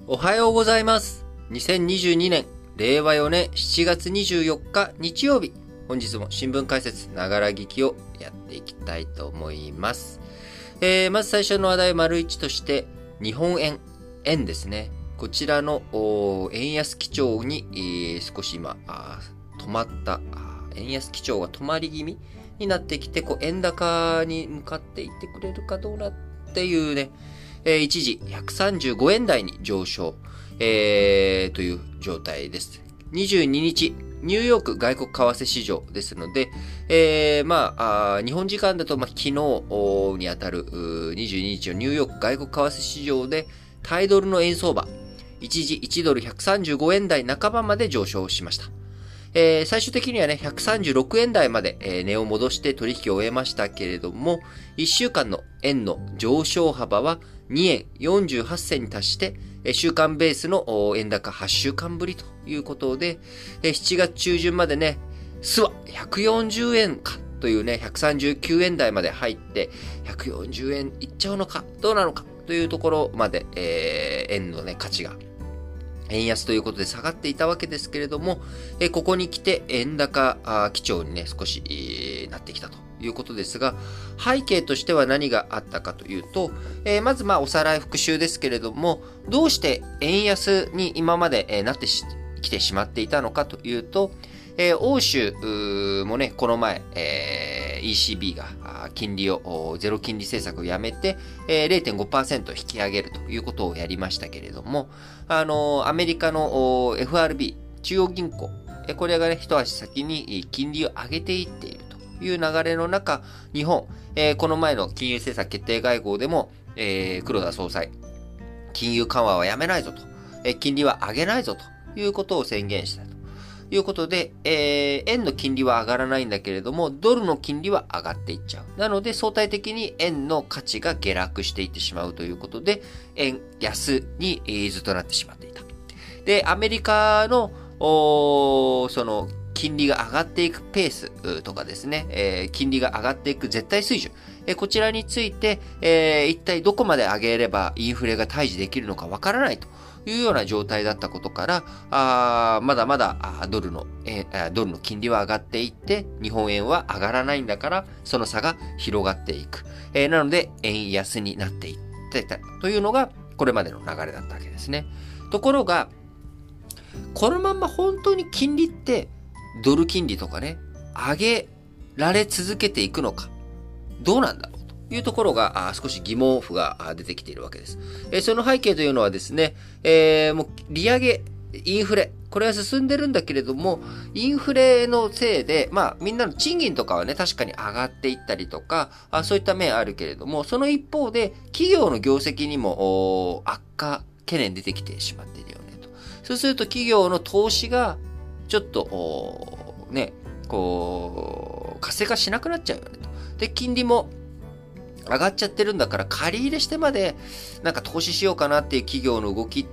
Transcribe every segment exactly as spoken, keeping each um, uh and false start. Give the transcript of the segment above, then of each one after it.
おはようございます。にせんにじゅうにねん、れいわよねんしちがつにじゅうよっか日曜日。本日も新聞解説、ながら聞きをやっていきたいと思います。えー、まず最初の話題、丸一として、日本円、円ですね。こちらの円安基調に、えー、少し今、止まった、円安基調が止まり気味になってきて、こう円高に向かっていってくれるかどうなっていうね、えー、一時ひゃくさんじゅうごえん台に上昇、えー、という状態です。にじゅうににち、ニューヨーク外国為替市場ですので、えー、まあ、あ日本時間だと、まあ、昨日にあたるにじゅうににちのニューヨーク外国為替市場で、対ドルの円相場、一時いちドルひゃくさんじゅうごえん台半ばまで上昇しました。えー、最終的にはね、ひゃくさんじゅうろくえん台まで、えー、値を戻して取引を終えましたけれども、いっしゅうかんの円の上昇幅はにえんよんじゅうはちせんに達して、週間ベースの円高はちしゅうかんぶりということで、しちがつちゅうじゅんまでね、スワひゃくよんじゅうえんかというね、ひゃくさんじゅうきゅうえん台まで入って、ひゃくよんじゅうえんいっちゃうのか、どうなのかというところまで、えー、円のね、価値が、円安ということで下がっていたわけですけれども、えここに来て円高基調にね、少し、えー、なってきたということですが、背景としては何があったかというと、えー、まずまあおさらい復習ですけれども、どうして円安に今まで、えー、なってきてしまっていたのかというと、えー、欧州もね、この前、えー、イーシービー が金利を、ゼロ金利政策をやめて、えー、れいてんごパーセント 引き上げるということをやりましたけれども、あのー、アメリカの エフアールビー、中央銀行、えー、これがね、一足先に金利を上げていっているという流れの中、日本、えー、この前の金融政策決定会合でも、えー、黒田総裁、金融緩和はやめないぞと、えー、金利は上げないぞということを宣言したということで、えー、円の金利は上がらないんだけれども、ドルの金利は上がっていっちゃう。なので、相対的に円の価値が下落していってしまうということで、円安に、えー、ずっとなってしまっていた。で、アメリカの、その、金利が上がっていくペースとかですね、えー、金利が上がっていく絶対水準、えー、こちらについて、えー、一体どこまで上げればインフレが退治できるのかわからないというような状態だったことから、あまだまだドルの、えー、ドルの金利は上がっていって、日本円は上がらないんだから、その差が広がっていく。えー、なので、円安になっていってたというのが、これまでの流れだったわけですね。ところが、このまんま本当に金利って、ドル金利とかね、上げられ続けていくのか、どうなんだろうというところが少し疑問符が出てきているわけです。えー、その背景というのはですね、えー、もう利上げ、インフレ、これは進んでるんだけれども、インフレのせいで、まあみんなの賃金とかはね、確かに上がっていったりとか、あそういった面あるけれども、その一方で企業の業績にも悪化、懸念出てきてしまっているよねと。そうすると企業の投資がちょっと、ね、こう、活性化しなくなっちゃうよねと。で、金利も上がっちゃってるんだから、借り入れしてまで、なんか投資しようかなっていう企業の動きって、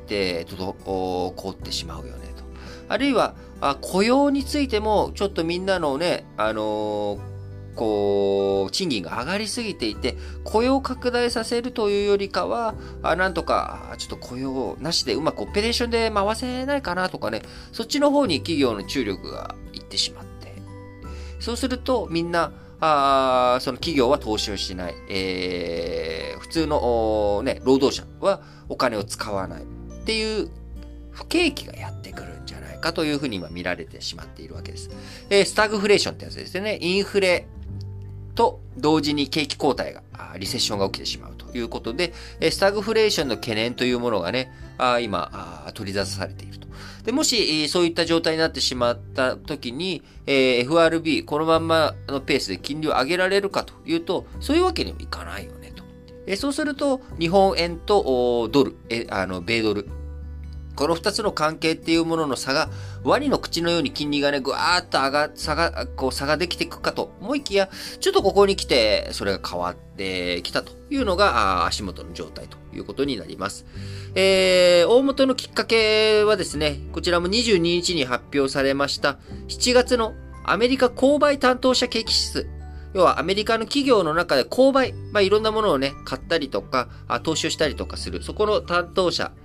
ちょっと、凍ってしまうよねと。あるいは、あ雇用についても、ちょっとみんなのね、あのー、こう、賃金が上がりすぎていて、雇用拡大させるというよりかは、あなんとか、ちょっと雇用なしでうまくオペレーションで回せないかなとかね、そっちの方に企業の注力がいってしまって、そうするとみんな、あその企業は投資をしない、えー、普通の、ね、労働者はお金を使わないっていう不景気がやってくるんじゃないかというふうに今見られてしまっているわけです。えー、スタグフレーションってやつですね。インフレと同時に景気後退が、リセッションが起きてしまうということで、スタグフレーションの懸念というものがね、今、取り出されていると。で、もし、そういった状態になってしまった時に、エフアールビー、このまんまのペースで金利を上げられるかというと、そういうわけにもいかないよねと。そうすると、日本円とドル、あの、米ドル、この二つの関係っていうものの差が、ワニの口のように金利がね、ぐわーっと上が、差が、こう差ができていくかと思いきや、ちょっとここに来て、それが変わってきたというのが、足元の状態ということになります。えー、大元のきっかけはですね、こちらもにじゅうににちに発表されました、しちがつのアメリカ購買担当者景気指数。要はアメリカの企業の中で購買、まあ、いろんなものをね、買ったりとか、投資をしたりとかする、そこの担当者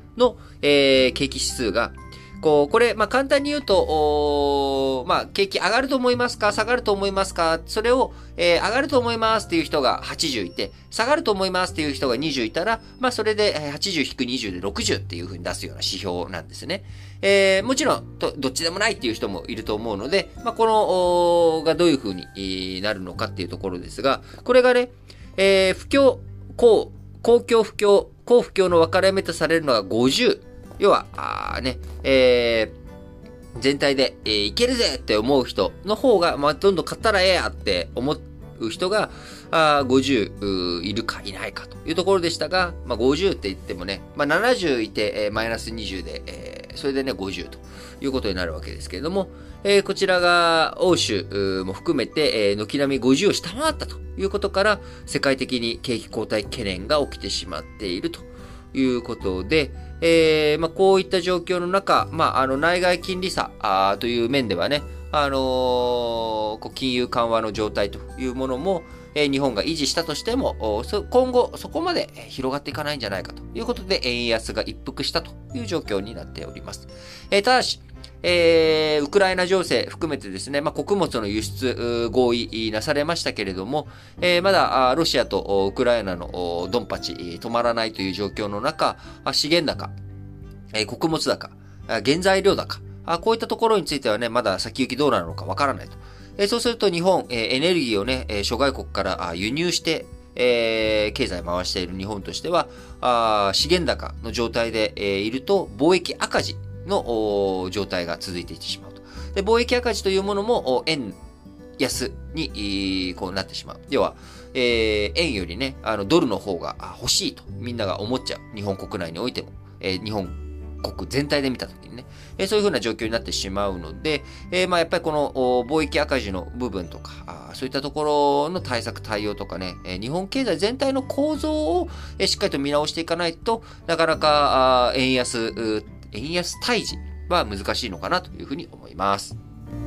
の、えー、景気指数が、こう、これ、まあ、簡単に言うと、おまあ、景気上がると思いますか下がると思いますかそれを、えー、上がると思いますっていう人がはちじゅういて、下がると思いますっていう人がにじゅういたら、まあ、それではちじゅう引くにじゅうでろくじゅうっていう風に出すような指標なんですね。えー、もちろん、と、どっちでもないっていう人もいると思うので、まあ、この、おがどういう風になるのかっていうところですが、これがね、えー、不況、公、公共不況、公不況の分かれ目とされるのがごじゅう。要は、あね、えー、全体で、えー、いけるぜって思う人の方が、まあ、どんどん買ったらええやって思う人が、あごじゅういるかいないかというところでしたが、まあ、ごじゅうって言ってもね、まあ、ななじゅういて、えー、マイナスにじゅうで、えー、それでね、ごじゅうということになるわけですけれども、えー、こちらが欧州も含めて、えー、軒並みごじゅうを下回ったということから、世界的に景気後退懸念が起きてしまっているということで、えー、まあ、こういった状況の中、まあ、あの、内外金利差あという面ではね、あのー、こう金融緩和の状態というものも、えー、日本が維持したとしても、今後そこまで広がっていかないんじゃないかということで、円安が一服したという状況になっております。えー、ただし、えー、ウクライナ情勢含めてですね、まあ、穀物の輸出合意なされましたけれども、えー、まだロシアとウクライナのドンパチ止まらないという状況の中、資源高、えー、穀物高、原材料高、こういったところについてはね、まだ先行きどうなるのかわからないと。えー、そうすると日本、えー、エネルギーをね、諸外国から輸入して、えー、経済を回している日本としては、あ資源高の状態で、えー、いると貿易赤字の状態が続いていってしまうと。で、貿易赤字というものも円安にこうなってしまう。要は、えー、円よりね、あのドルの方が欲しいとみんなが思っちゃう。日本国内においても、えー、日本国全体で見たときにね、えー、そういう風な状況になってしまうので、えー、まあやっぱりこの貿易赤字の部分とか、あそういったところの対策対応とかね、えー、日本経済全体の構造を、えー、しっかりと見直していかないとなかなかあ円安円安退治は難しいのかなというふうに思います。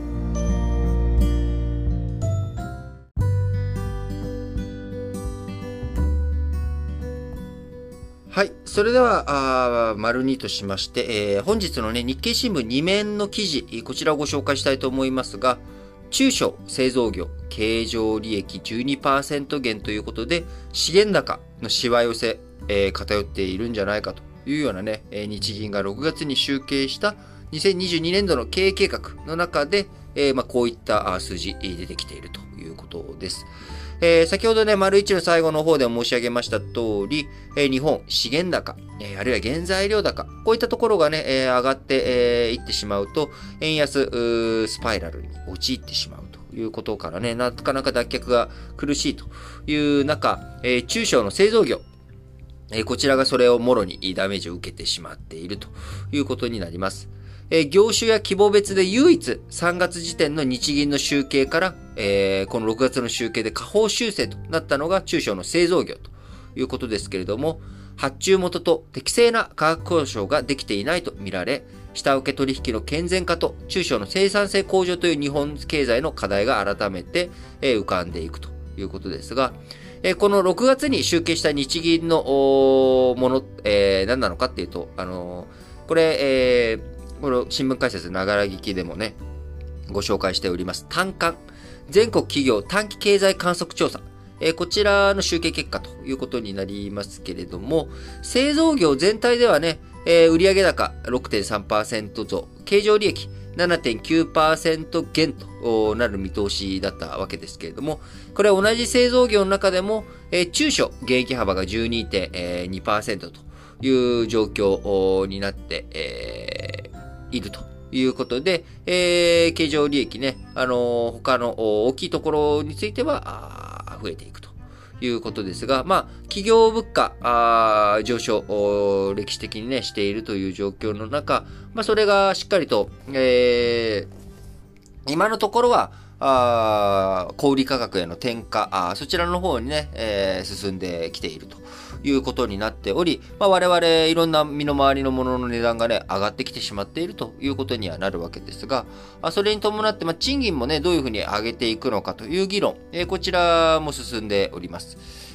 はい。それでは、あ丸にとしまして、えー、本日のね、日経新聞に面の記事、こちらをご紹介したいと思いますが、中小製造業経常利益 じゅうにパーセント 減ということで、資源高のしわ寄せ、えー、偏っているんじゃないかというようなね、日銀がろくがつに集計したにせんにじゅうにねんどの経営計画の中で、えーまあ、こういった数字出てきているということです。えー、先ほどね、丸いちの最後の方で申し上げました通り、えー、日本資源高、えー、あるいは原材料高、こういったところがね、えー、上がってい、えー、ってしまうと、円安スパイラルに陥ってしまうということからね、なかなか脱却が苦しいという中、えー、中小の製造業、こちらがそれをもろにダメージを受けてしまっているということになります。業種や規模別で唯一さんがつ時点の日銀の集計から、えー、このろくがつの集計で下方修正となったのが中小の製造業ということですけれども、発注元と適正な価格交渉ができていないと見られ、下請け取引の健全化と中小の生産性向上という日本経済の課題が改めて浮かんでいくということですが、このろくがつに集計した日銀のもの、えー、何なのかっていうと、あのー、これ、えー、この新聞解説ながら聞きでもね、ご紹介しております。短観、全国企業短期経済観測調査。えー、こちらの集計結果ということになりますけれども、製造業全体ではね、えー、売上高 ろくてんさんパーセント 増、経常利益 ななてんきゅうパーセント 減となる見通しだったわけですけれども、これは同じ製造業の中でも、えー、中小減益幅が じゅうにてんにパーセント という状況になって、えー、いるということで、えー、経常利益ね、あのー、他の大きいところについては増えていくということですが、まあ、企業物価あ上昇、歴史的にね、しているという状況の中、まあ、それがしっかりと、えー、今のところは、あ小売価格への転嫁あ、そちらの方にね、えー、進んできているということになっており、まあ、我々いろんな身の回りのものの値段がね、上がってきてしまっているということにはなるわけですが、あそれに伴って、まあ、賃金もね、どういうふうに上げていくのかという議論、えー、こちらも進んでおります。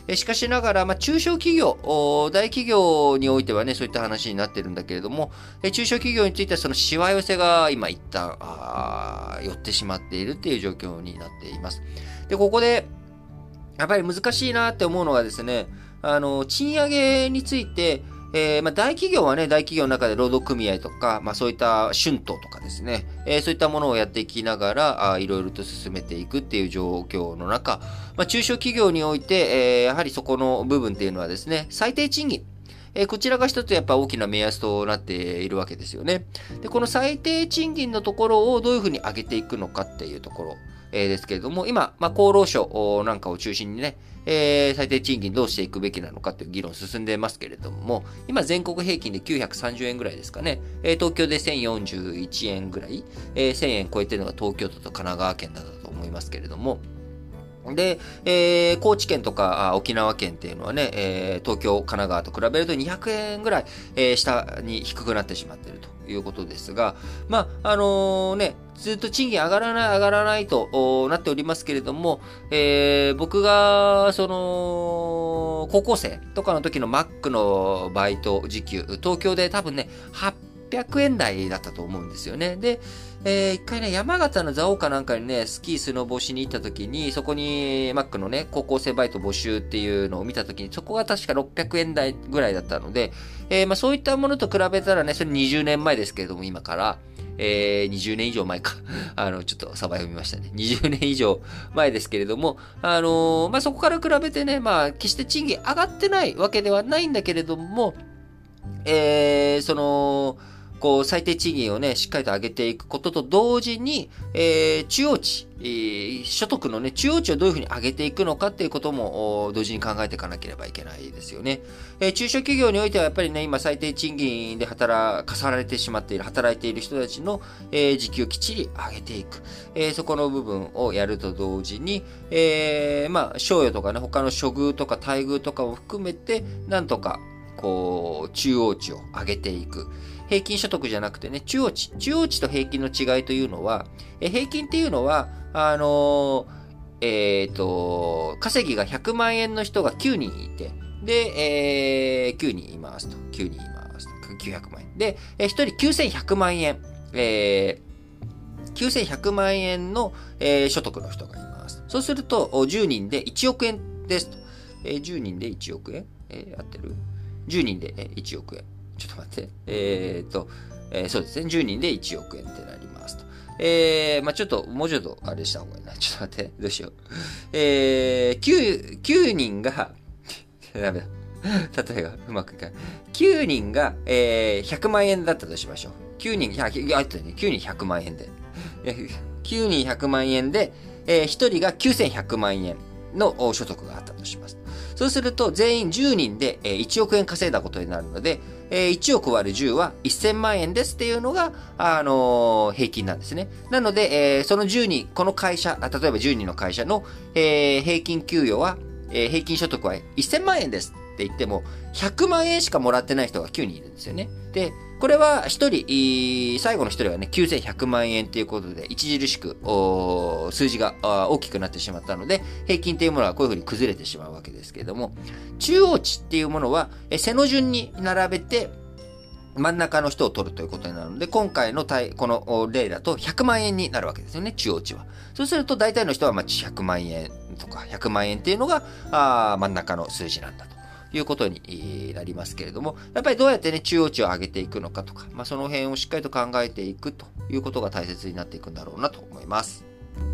えしかしながら、まあ、中小企業、大企業においてはね、そういった話になってるんだけれども、え中小企業についてはそのしわ寄せが今一旦、あ寄ってしまっているっていう状況になっています。で、ここで、やっぱり難しいなって思うのがですね、あの、賃上げについて、えー、まあ大企業はね、大企業の中で労働組合とか、まあそういった春闘とかですね、えー、そういったものをやっていきながら、あいろいろと進めていくっていう状況の中、まあ中小企業において、えー、やはりそこの部分っていうのはですね、最低賃金。えー、こちらが一つやっぱ大きな目安となっているわけですよね。で、この最低賃金のところをどういうふうに上げていくのかっていうところ。えー、ですけれども、今、まあ、厚労省なんかを中心にね、えー、最低賃金どうしていくべきなのかという議論進んでますけれども、今全国平均できゅうひゃくさんじゅうえんぐらいですかね。えー、東京でせんよんじゅういちえんぐらい、えー、せんえん超えてるのが東京都と神奈川県だと思いますけれども、で、えー、高知県とか沖縄県っていうのはね、えー、東京、神奈川と比べるとにひゃくえんぐらい、えー、下に低くなってしまっているということですが、まあ、あのー、ね、ずっと賃金上がらない上がらないとなっておりますけれども、えー、僕が、その、高校生とかの時のマックのバイト時給、東京で多分ね、はっぴゃくえん台だったと思うんですよね。で、えー、一回ね、山形の蔵王かなんかにね、スキー、スノボしに行った時に、そこに、マックのね、高校生バイト募集っていうのを見た時に、そこが確かろっぴゃくえん台ぐらいだったので、えー、まあそういったものと比べたらね、それにじゅうねんまえですけれども、今から、えー、にじゅうねん以上前か。あの、ちょっとサバ読みましたね。にじゅうねん以上前ですけれども、あのー、まあそこから比べてね、まあ、決して賃金上がってないわけではないんだけれども、えー、その、こう、最低賃金をね、しっかりと上げていくことと同時に、えー、中央値、えー、所得のね、中央値をどういうふうに上げていくのかっていうことも、同時に考えていかなければいけないですよね。えー、中小企業においてはやっぱりね、今最低賃金で働かされてしまっている、働いている人たちの、えー、時給をきっちり上げていく。えー、そこの部分をやると同時に、えー、まあ、賞与とかね、他の処遇とか待遇とかも含めて、なんとか、こう、中央値を上げていく。平均所得じゃなくてね、中央値。中央値と平均の違いというのは、え平均っていうのは、あのー、えっ、ー、と、稼ぎがひゃくまんえんの人がきゅうにんいて、で、えー、きゅうにんいますと。きゅうにんいますと。きゅうひゃくまんえん。で、えー、ひとりきゅうせんひゃくまんえん。えー、きゅうせんひゃくまんえんの、えー、所得の人がいます。そうすると、じゅうにんでいちおくえんですと。えー、じゅうにんでいちおくえんえー、合ってる ?じゅう 人で、えー、いちおくえん。ちょっと待って。えー、っと、えー、そうですね。じゅうにんでいちおくえんってなりますと。えー、まあちょっと、もうちょっと、あれした方がいいな。ちょっと待って。どうしよう。えー、きゅう、きゅうにんが、ダメだ。例えがうまくいかない。きゅうにんが、えー、ひゃくまんえんだったとしましょう。きゅうにん、あ、あったね。きゅうにんひゃくまんえんで。きゅうにんひゃくまんえんで、えー、ひとりがきゅうせんひゃくまんえんの所得があったとします。そうすると、全員じゅうにんでいちおくえん稼いだことになるので、いちおく割るじゅうはせんまんえんですっていうのが、あのー、平均なんですね。なので、えー、そのじゅうにん、この会社、例えばじゅうにんの会社の、えー、平均給与は、えー、平均所得はせんまんえんですって言っても、ひゃくまんえんしかもらってない人がきゅうにんいるんですよね。で、これは一人、最後の一人はね、きゅうせんひゃくまんえんっていうことで、著しく、数字が大きくなってしまったので、平均っていうものはこういうふうに崩れてしまうわけですけれども、中央値っていうものは、背の順に並べて、真ん中の人を取るということになるので、今回のこの例だとひゃくまんえんになるわけですよね、中央値は。そうすると大体の人はまあひゃくまんえんとかひゃくまんえんっていうのがあ真ん中の数字なんだと。いうことになりますけれども、やっぱりどうやってね、中央値を上げていくのかとか、まあ、その辺をしっかりと考えていくということが大切になっていくんだろうなと思います。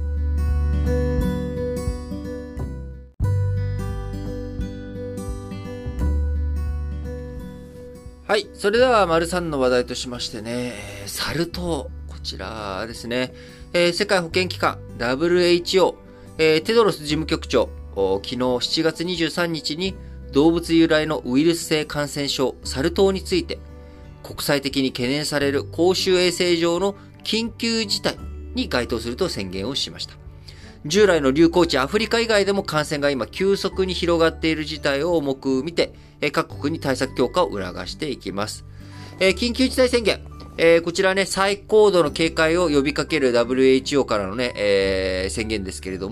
はい。それでは、丸さんの話題としましてね、サル痘、こちらですね、えー、世界保健機関 ダブリューエイチオー、えー、テドロス事務局長、昨日しちがつにじゅうさんにちに動物由来のウイルス性感染症サル痘について国際的に懸念される公衆衛生上の緊急事態に該当すると宣言をしました。従来の流行地アフリカ以外でも感染が今急速に広がっている事態を重く見て各国に対策強化を促していきます。緊急事態宣言、こちらね最高度の警戒を呼びかける ダブリューエイチオー からのね、えー、宣言ですけれども、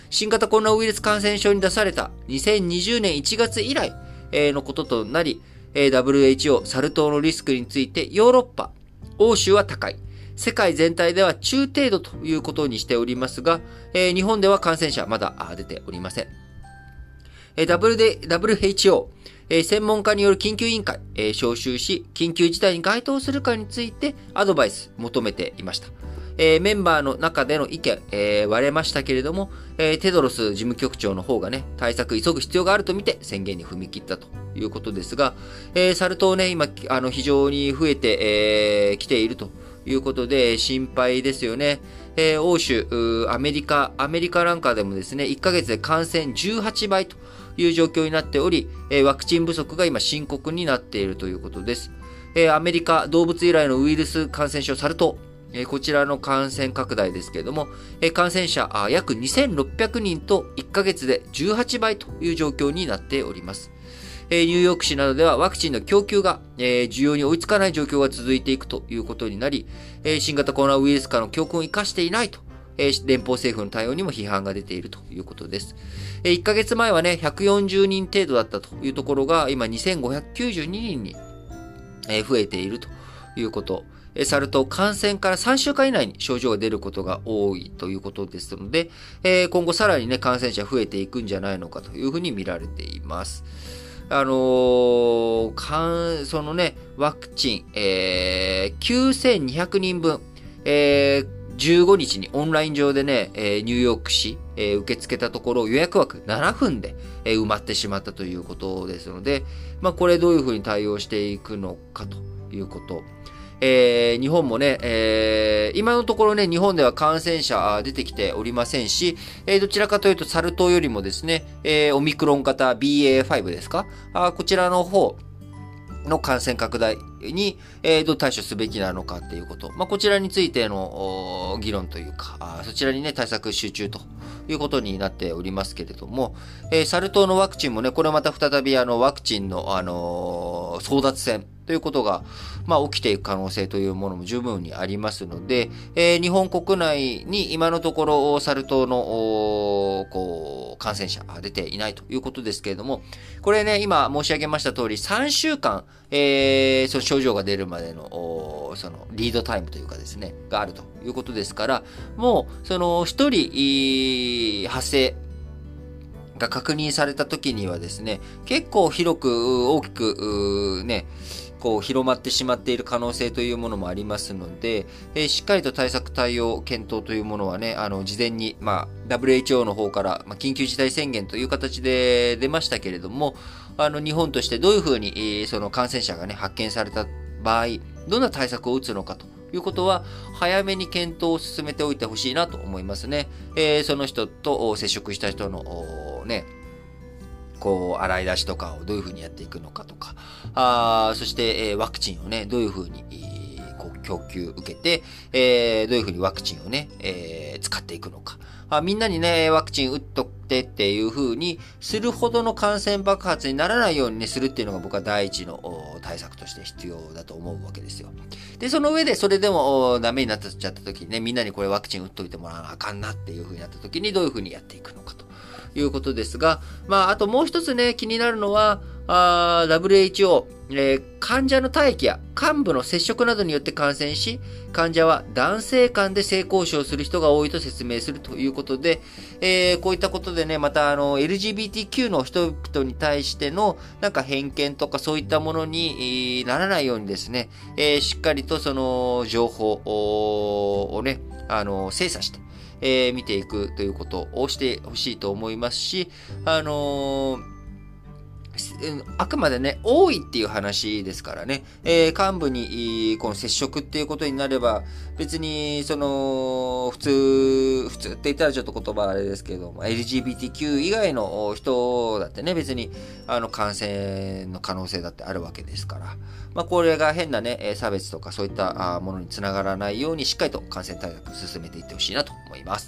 新型コロナウイルス感染症に出されたにせんにじゅうねんいちがつ以来のこととなり、ダブリューエイチオー、サル痘のリスクについてヨーロッパ、欧州は高い。世界全体では中程度ということにしておりますが、日本では感染者まだ出ておりません。ダブリューエイチオー、専門家による緊急委員会、招集し、緊急事態に該当するかについてアドバイス求めていました。メンバーの中での意見、割れましたけれども、テドロス事務局長の方がね、対策急ぐ必要があると見て宣言に踏み切ったということですが、サル痘ね、今、あの、非常に増えてきているということで心配ですよね。欧州、アメリカ、アメリカなんかでもですね、いっかげつで感染じゅうはちばいという状況になっており、ワクチン不足が今深刻になっているということです。アメリカ動物由来のウイルス感染症サル痘、こちらの感染拡大ですけれども、感染者約にせんろっぴゃくにんといっかげつでじゅうはちばいという状況になっております。ニューヨーク市などではワクチンの供給が需要に追いつかない状況が続いていくということになり、新型コロナウイルス化の教訓を生かしていないと、連邦政府の対応にも批判が出ているということです。いっかげつまえはね、ひゃくよんじゅうにん程度だったというところが、今にせんごひゃくきゅうじゅうににんに増えているということ。サル痘感染からさんしゅうかん以内に症状が出ることが多いということですので、今後さらにね、感染者増えていくんじゃないのかというふうに見られています。あのー、かん、そのね、ワクチン、えー、きゅうせんにひゃくにんぶん、えー、じゅうごにちにオンライン上でね、ニューヨーク市、えー、受け付けたところ予約枠ななふんで、えー、埋まってしまったということですので、まあこれどういうふうに対応していくのかということ。えー、日本もね、えー、今のところね、日本では感染者出てきておりませんし、えー、どちらかというとサル痘よりもですね、えー、オミクロン型 ビーエーファイブ ですか、あこちらの方の感染拡大に、えー、どう対処すべきなのかっていうこと。まあ、こちらについての議論というか、あそちらにね、対策集中ということになっておりますけれども、えー、サル痘のワクチンもね、これまた再びあの、ワクチンのあのー、争奪戦ということが、まあ、起きていく可能性というものも十分にありますので、えー、日本国内に今のところ、サル痘の、こう、感染者出ていないということですけれども、これね、今申し上げました通り、さんしゅうかん、えー、その症状が出るまでの、その、リードタイムというかですね、があるということですから、もう、その、一人、発生、が確認された時にはですね、結構広く、大きく、ね、こう広まってしまっている可能性というものもありますので、えー、しっかりと対策対応検討というものはね、あの、事前に、まあ、ダブリューエイチオー の方から、まあ、緊急事態宣言という形で出ましたけれども、あの、日本としてどういうふうに、えー、その感染者がね、発見された場合、どんな対策を打つのかということは、早めに検討を進めておいてほしいなと思いますね。えー、その人と接触した人の、ね、こう、洗い出しとかをどういうふうにやっていくのかとか、あそして、えー、ワクチンをね、どういうふうに、えー、こう供給受けて、えー、どういうふうにワクチンをね、えー、使っていくのか。あみんなにね、ワクチン打っとってっていうふうにするほどの感染爆発にならないようにね、するっていうのが僕は第一の対策として必要だと思うわけですよ。で、その上でそれでもダメになっちゃった時にね、みんなにこれワクチン打っといてもらわなあかんなっていうふうになった時にどういうふうにやっていくのかということですが、まあ、あともう一つね、気になるのは、あ ダブリューエイチオー、えー、患者の体液や患部の接触などによって感染し、患者は男性間で性交渉する人が多いと説明するということで、えー、こういったことでね、またあの、エルジービーティーキュー の人々に対しての、なんか偏見とかそういったものにならないようにですね、えー、しっかりとその情報をね、あの、精査して、えー、見ていくということをしてほしいと思いますし、あのー、あくまでね、多いっていう話ですからね、えー、幹部にこの接触っていうことになれば、別に、その、普通、普通って言ったらちょっと言葉あれですけれども、エルジービーティーキュー 以外の人だってね、別に、あの、感染の可能性だってあるわけですから、まあ、これが変なね、差別とかそういったものにつながらないように、しっかりと感染対策進めていってほしいなと思います。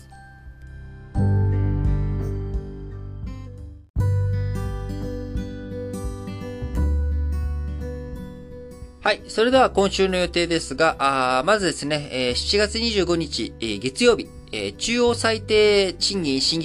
はい。それでは今週の予定ですが、あまずですね、えー、しちがつにじゅうごにち、えー、月曜日、えー、中央最低賃金審議会、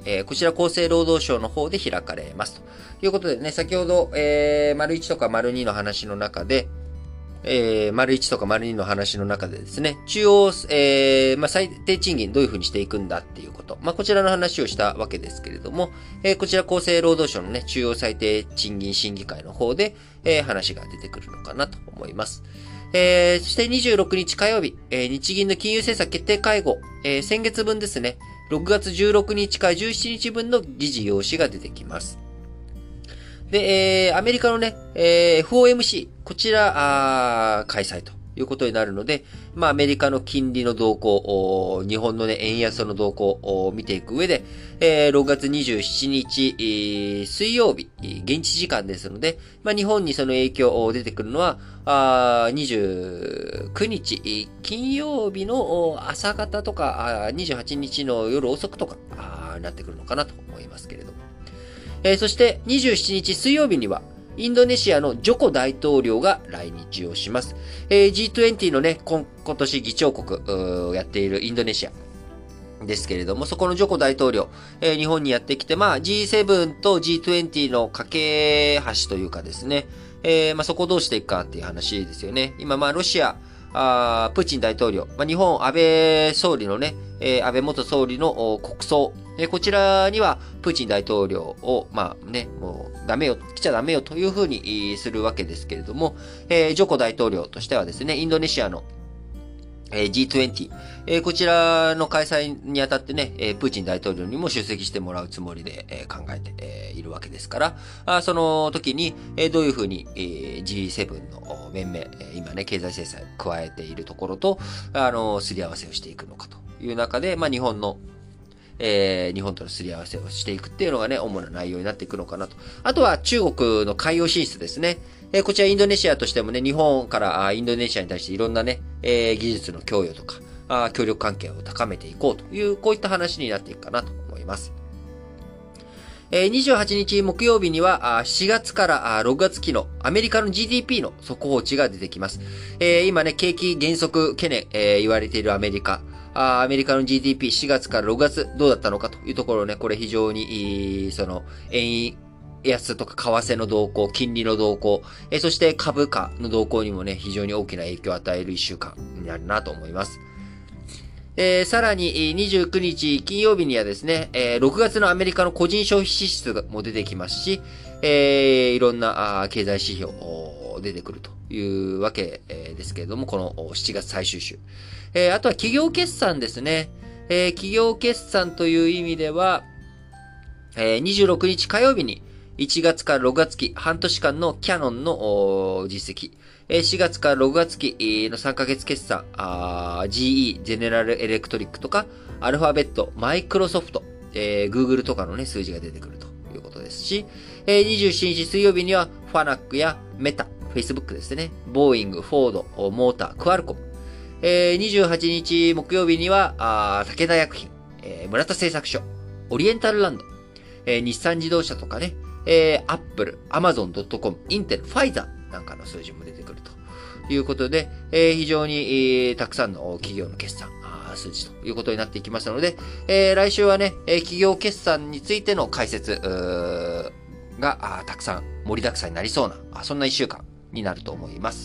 えー、こちら厚生労働省の方で開かれます。ということでね、先ほど、えー、丸いちとか丸にの話の中で、えー、丸いちとか丸にの話の中でですね、中央、えー、まあ、最低賃金どういうふうにしていくんだっていうこと。まあ、こちらの話をしたわけですけれども、えー、こちら厚生労働省のね、中央最低賃金審議会の方で、えー、話が出てくるのかなと思います。えー、そしてにじゅうろくにち火曜日、えー、日銀の金融政策決定会合、えー、先月分ですね、ろくがつじゅうろくにちからじゅうしちにちぶんの議事要旨が出てきます。で、えー、アメリカのね、えー、エフオーエムシー、こちら、あ開催ということになるので、まあ、アメリカの金利の動向、日本のね、円安の動向を見ていく上で、えー、ろくがつにじゅうしちにち、えー、水曜日、現地時間ですので、まあ、日本にその影響出てくるのは、あにじゅうくにち、金曜日の朝方とか、にじゅうはちにちの夜遅くとか、なってくるのかなと思いますけれども。えー、そしてにじゅうしちにち水曜日には、インドネシアのジョコ大統領が来日をします。えー、ジートゥエンティー のね、今今年議長国をやっているインドネシアですけれども、そこのジョコ大統領、えー、日本にやってきて、まあ ジーセブン と ジートゥエンティー の架け橋というかですね、えー、まあそこをどうしていくかっていう話ですよね。今まあロシア、あプーチン大統領、まあ、日本安倍総理のね、えー、安倍元総理の国葬、えー、こちらにはプーチン大統領を、まあね、もうダメよ、来ちゃダメよというふうにするわけですけれども、えー、ジョコ大統領としてはですね、インドネシアのえー、ジートゥエンティー、えー、こちらの開催にあたってね、えー、プーチン大統領にも出席してもらうつもりで、えー、考えて、えー、いるわけですから、あその時に、えー、どういうふうに、えー、ジーセブン の面々、えー、今ね、経済制裁を加えているところと、あの、すり合わせをしていくのかという中で、まあ、日本のえー、日本とのすり合わせをしていくっていうのがね、主な内容になっていくのかなと。あとは中国の海洋進出ですね。えー、こちらインドネシアとしてもね、日本からインドネシアに対していろんなね、えー、技術の供与とかあ、協力関係を高めていこうという、こういった話になっていくかなと思います。えー、にじゅうはちにち木曜日にはしがつからろくがつ期のアメリカの ジーディーピー の速報値が出てきます。えー、今ね、景気減速懸念、えー、言われているアメリカ。あアメリカの ジーディーピーしがつからろくがつどうだったのかというところね、これ非常に、その、円安とか為替の動向、金利の動向、えー、そして株価の動向にもね、非常に大きな影響を与えるいっしゅうかんになるなと思います。えー、さらににじゅうくにち金曜日にはですね、えー、ろくがつのアメリカの個人消費支出も出てきますし、えー、いろんなあ経済指標出てくるというわけですけれども、このしちがつ最終週。えー、あとは企業決算ですね。えー、企業決算という意味では、えー、にじゅうろくにち火曜日にいちがつからろくがつ期半年間のキヤノンの実績、しがつからろくがつ期のさんかげつ決算、ジーイー、ゼネラルエレクトリックとか、アルファベット、マイクロソフト、えー、Google とかのね、数字が出てくるということですし、えー、にじゅうしちにち水曜日には、ファナックやメタ、Facebook ですね、ボーイング、フォード、モーター、クアルコム、えー、にじゅうはちにち木曜日には、あ武田薬品、えー、村田製作所、オリエンタルランド、えー、日産自動車とかね、えー、アップル、アマゾンドットコム、インテル、ファイザーなんかの数字も出てくるということで、えー、非常に、えー、たくさんの企業の決算、数字ということになっていきますので、えー、来週はね、えー、企業決算についての解説がたくさん盛りだくさんになりそうな、そんないっしゅうかんになると思います。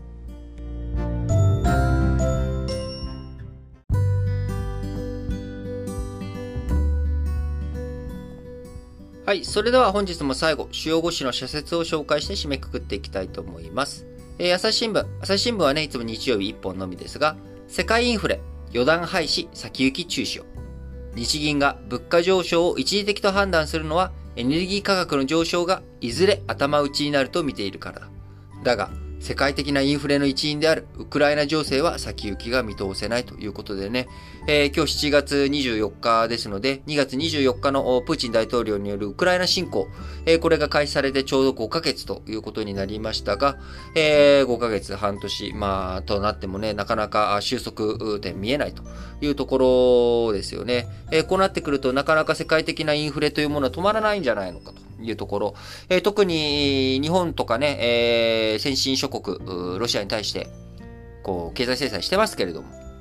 はい。それでは本日も最後、主要ご紙の社説を紹介して締めくくっていきたいと思います。えー、朝日新聞。朝日新聞はね、いつも日曜日いっぽんのみですが、世界インフレ、予断廃止、先行き注視を。日銀が物価上昇を一時的と判断するのは、エネルギー価格の上昇がいずれ頭打ちになると見ているからだ。だが、世界的なインフレの一因であるウクライナ情勢は先行きが見通せないということでね、えー、今日しちがつにじゅうよっかですので、にがつにじゅうよっかのプーチン大統領によるウクライナ侵攻、えー、これが開始されてちょうどごかげつということになりましたが、えー、ごかげつ、半年、まあ、となってもね、なかなか収束点見えないというところですよね。えー、こうなってくると、なかなか世界的なインフレというものは止まらないんじゃないのかと。いうところ、えー、特に日本とかね、えー、先進諸国、ロシアに対して、こう、経済制裁してますけれども、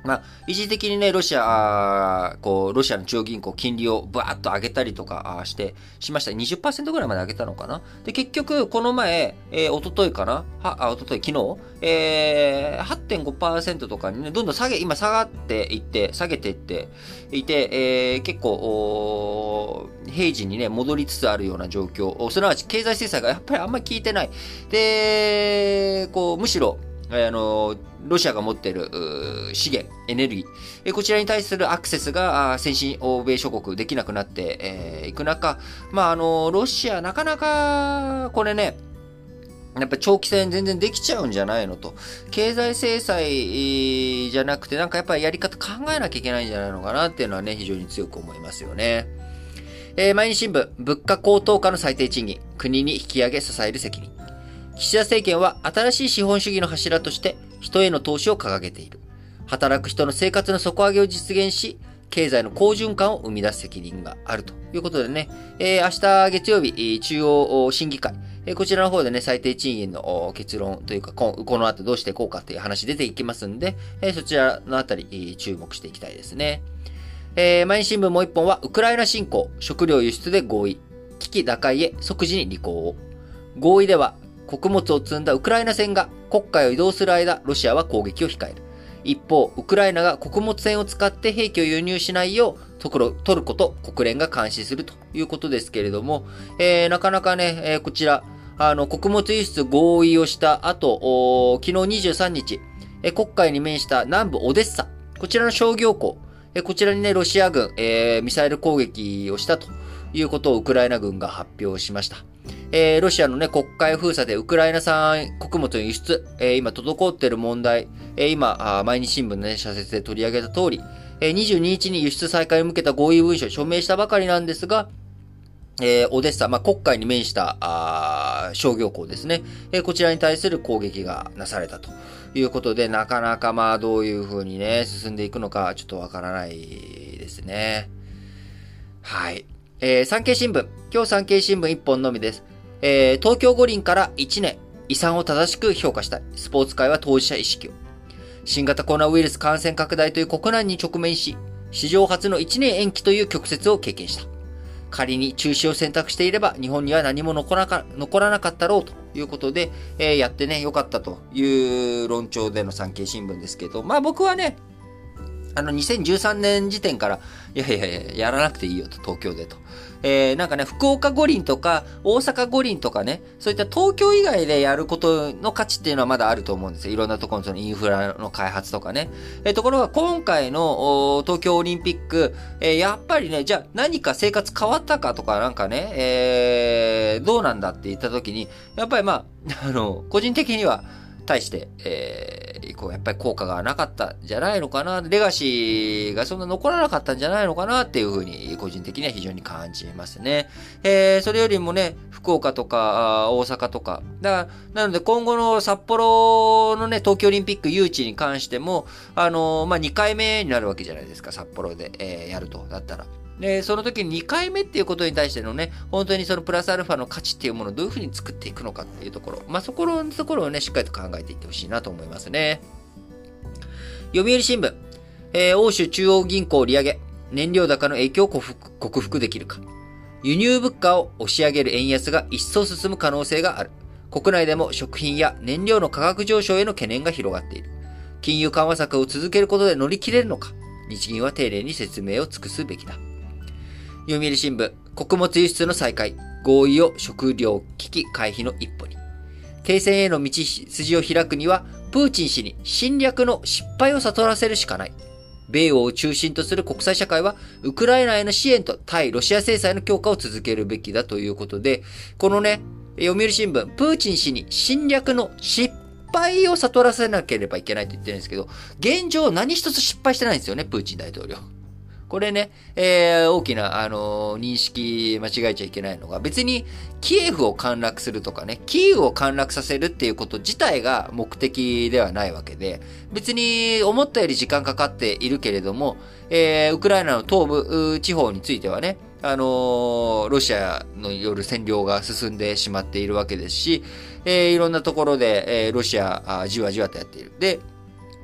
まあ、一時的にね、ロシア、こう、ロシアの中央銀行、金利をバーッと上げたりとかして、しました。にじゅっパーセント ぐらいまで上げたのかな。で、結局、この前、えー、おとといかなは、あ、おととい、昨日、えー、はってんごパーセント とかにね、どんどん下げ、今下がっていって、下げていっていて、えー、結構、平時にね、戻りつつあるような状況、すなわち経済制裁がやっぱりあんまり効いてない。で、こう、むしろ、あの、ロシアが持っている資源、エネルギー、こちらに対するアクセスが先進欧米諸国できなくなっていく中、まあ、あの、ロシアなかなか、これね、やっぱ長期戦全然できちゃうんじゃないのと。経済制裁じゃなくて、なんかやっぱりやり方考えなきゃいけないんじゃないのかなっていうのはね、非常に強く思いますよね。えー、毎日新聞、物価高騰下の最低賃金、国に引き上げ支える責任。岸田政権は新しい資本主義の柱として人への投資を掲げている。働く人の生活の底上げを実現し、経済の好循環を生み出す責任があるということでね、えー、明日月曜日、中央審議会、えー、こちらの方でね、最低賃金の結論というか、この後どうしていこうかという話出ていきますんで、えー、そちらのあたり注目していきたいですね。えー、毎日新聞もう一本は、ウクライナ侵攻、食料輸出で合意、危機打開へ即時に履行を。合意では、穀物を積んだウクライナ船が黒海を移動する間、ロシアは攻撃を控える。一方、ウクライナが穀物船を使って兵器を輸入しないよう、トルコと国連が監視するということですけれども、えー、なかなかね、えー、こちら、あの、穀物輸出合意をした後、昨日にじゅうさんにち、えー、黒海に面した南部オデッサ、こちらの商業港、えー、こちらにね、ロシア軍、えー、ミサイル攻撃をしたということをウクライナ軍が発表しました。えー、ロシアのね、黒海封鎖でウクライナ産穀物の輸出、えー、今滞っている問題、えー、今、毎日新聞のね、社説で取り上げた通り、えー、にじゅうににちに輸出再開に向けた合意文書を署名したばかりなんですが、えー、オデッサ、まあ、黒海に面したあ商業港ですね、えー、こちらに対する攻撃がなされたということで、なかなかまあどういう風にね、進んでいくのかちょっとわからないですね。はい。えー、産経新聞。今日産経新聞一本のみです。えー、東京五輪からいちねん、遺産を正しく評価したい。スポーツ界は当事者意識を。新型コロナウイルス感染拡大という国難に直面し、史上初のいちねん延期という曲折を経験した。仮に中止を選択していれば、日本には何も残らか残らなかったろうということで、えー、やってね、よかったという論調での産経新聞ですけど、まあ僕はね、あの、にせんじゅうさんねん時点から、いやいやいや、やらなくていいよと、東京でと。えー、なんかね、福岡五輪とか、大阪五輪とかね、そういった東京以外でやることの価値っていうのはまだあると思うんですよ。いろんなところのそのインフラの開発とかね。えー、ところが今回の東京オリンピック、えー、やっぱりね、じゃあ何か生活変わったかとかなんかね、えー、どうなんだって言った時に、やっぱりまあ、あの、個人的には、対して、えー、こう、やっぱり効果がなかったんじゃないのかな、レガシーがそんな残らなかったんじゃないのかなっていうふうに、個人的には非常に感じますね。えー、それよりもね、福岡とか、大阪とか、だなので今後の札幌のね、東京オリンピック誘致に関しても、あのー、まあ、にかいめになるわけじゃないですか、札幌で、えー、やると、だったら。で、その時ににかいめっていうことに対してのね、本当にそのプラスアルファの価値っていうものをどういうふうに作っていくのかっていうところ、まあ、そこのところをね、しっかりと考えていってほしいなと思いますね。読売新聞、えー、欧州中央銀行利上げ、燃料高の影響を克服、克服できるか。輸入物価を押し上げる円安が一層進む可能性がある。国内でも食品や燃料の価格上昇への懸念が広がっている。金融緩和策を続けることで乗り切れるのか。日銀は丁寧に説明を尽くすべきだ。読売新聞、穀物輸出の再開、合意を食料危機回避の一歩に。停戦への道筋を開くには、プーチン氏に侵略の失敗を悟らせるしかない。米欧を中心とする国際社会は、ウクライナへの支援と対ロシア制裁の強化を続けるべきだということで、このね、読売新聞、プーチン氏に侵略の失敗を悟らせなければいけないと言ってるんですけど、現状何一つ失敗してないんですよね、プーチン大統領。これね、えー、大きな、あのー、認識間違えちゃいけないのが、別にキエフを陥落するとかね、キーウを陥落させるっていうこと自体が目的ではないわけで、別に思ったより時間かかっているけれども、えー、ウクライナの東部地方についてはね、あのー、ロシアのよる占領が進んでしまっているわけですし、えー、いろんなところで、えー、ロシア、じわじわとやっている。で、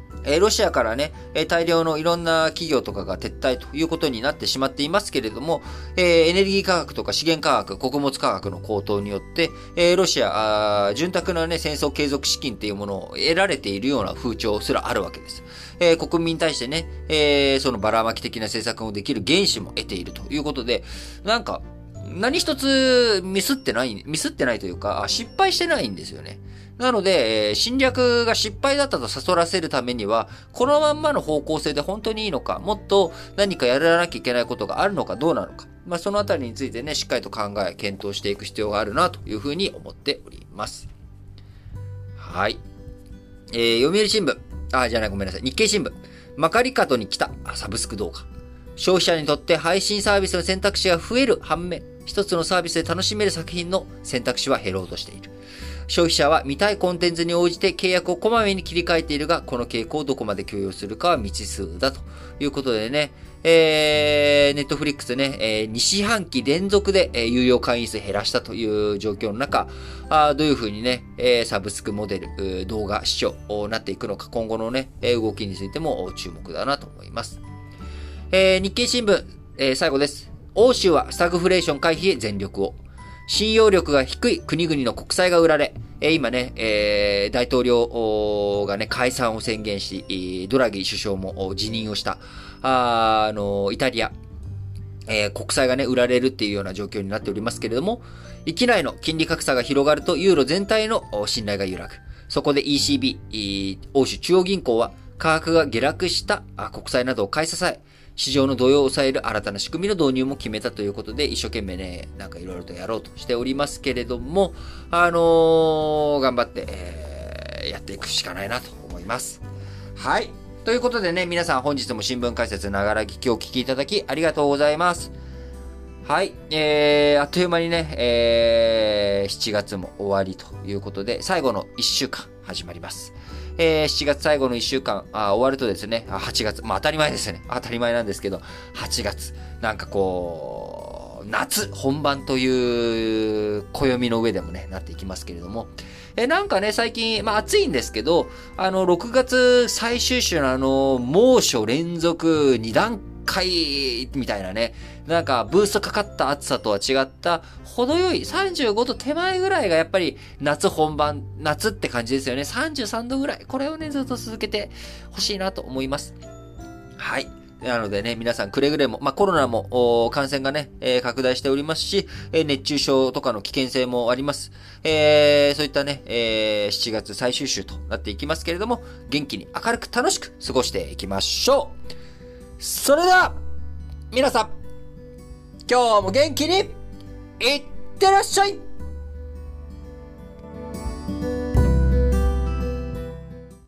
えー、ロシアからね、えー、大量のいろんな企業とかが撤退ということになってしまっていますけれども、えー、エネルギー価格とか資源価格、穀物価格の高騰によって、えー、ロシア、あ潤沢なね、戦争継続資金っていうものを得られているような風潮すらあるわけです。えー、国民に対してね、えー、そのばらまき的な政策をできる原資も得ているということで、なんか、何一つミスってない、ミスってないというか、失敗してないんですよね。なので、えー、侵略が失敗だったと悟らせるためには、このまんまの方向性で本当にいいのか、もっと何かやらなきゃいけないことがあるのかどうなのか、まあ、そのあたりについてね、しっかりと考え、検討していく必要があるなというふうに思っております。はい。えー、読売新聞。あ、じゃない、ごめんなさい。日経新聞。まかりかとに来たサブスク動画。消費者にとって配信サービスの選択肢が増える反面、一つのサービスで楽しめる作品の選択肢は減ろうとしている。消費者は見たいコンテンツに応じて契約をこまめに切り替えているが、この傾向をどこまで許容するかは未知数だということでね、えー、ネットフリックスね、えー、に四半期連続で、えー、有料会員数減らしたという状況の中、あどういうふうにね、えー、サブスクモデル、動画視聴になっていくのか、今後のね、動きについても注目だなと思います。えー、日経新聞、えー、最後です。欧州はスタグフレーション回避へ全力を。信用力が低い国々の国債が売られ、え今ね、えー、大統領がね、解散を宣言し、ドラギ首相も辞任をした、あ、あの、イタリア、えー、国債がね、売られるっていうような状況になっておりますけれども、域内の金利格差が広がるとユーロ全体の信頼が揺らぐ。そこで イーシービー、欧州中央銀行は価格が下落した国債などを買い支え、市場の動揺を抑える新たな仕組みの導入も決めたということで、一生懸命ね、なんかいろいろとやろうとしておりますけれども、あのー、頑張って、えー、やっていくしかないなと思います。はい。ということでね、皆さん本日も新聞解説ながら聞きをお聞きいただきありがとうございます。はい。えー、あっという間にね、えー、しちがつも終わりということで、最後のいっしゅうかん始まります。えー、しちがつ最後のいっしゅうかんあ終わるとですね、はちがつ、まあ当たり前ですよね。当たり前なんですけど、はちがつ、なんかこう、夏本番という暦の上でもね、なっていきますけれども、えー、なんかね、最近、まあ暑いんですけど、あの、ろくがつ最終週のあの、猛暑連続にだんかいみたいなね、なんかブーストかかった暑さとは違った程よいさんじゅうごど手前ぐらいがやっぱり夏本番、夏って感じですよね。さんじゅうさんどぐらい。これをねずっと続けてほしいなと思います。はい。なのでね、皆さんくれぐれも、まあ、コロナも感染がね、えー、拡大しておりますし、えー、熱中症とかの危険性もあります。えー、そういったね、えー、しちがつ最終週となっていきますけれども、元気に明るく楽しく過ごしていきましょう。それでは、皆さん、今日も元気にいってらっしゃい。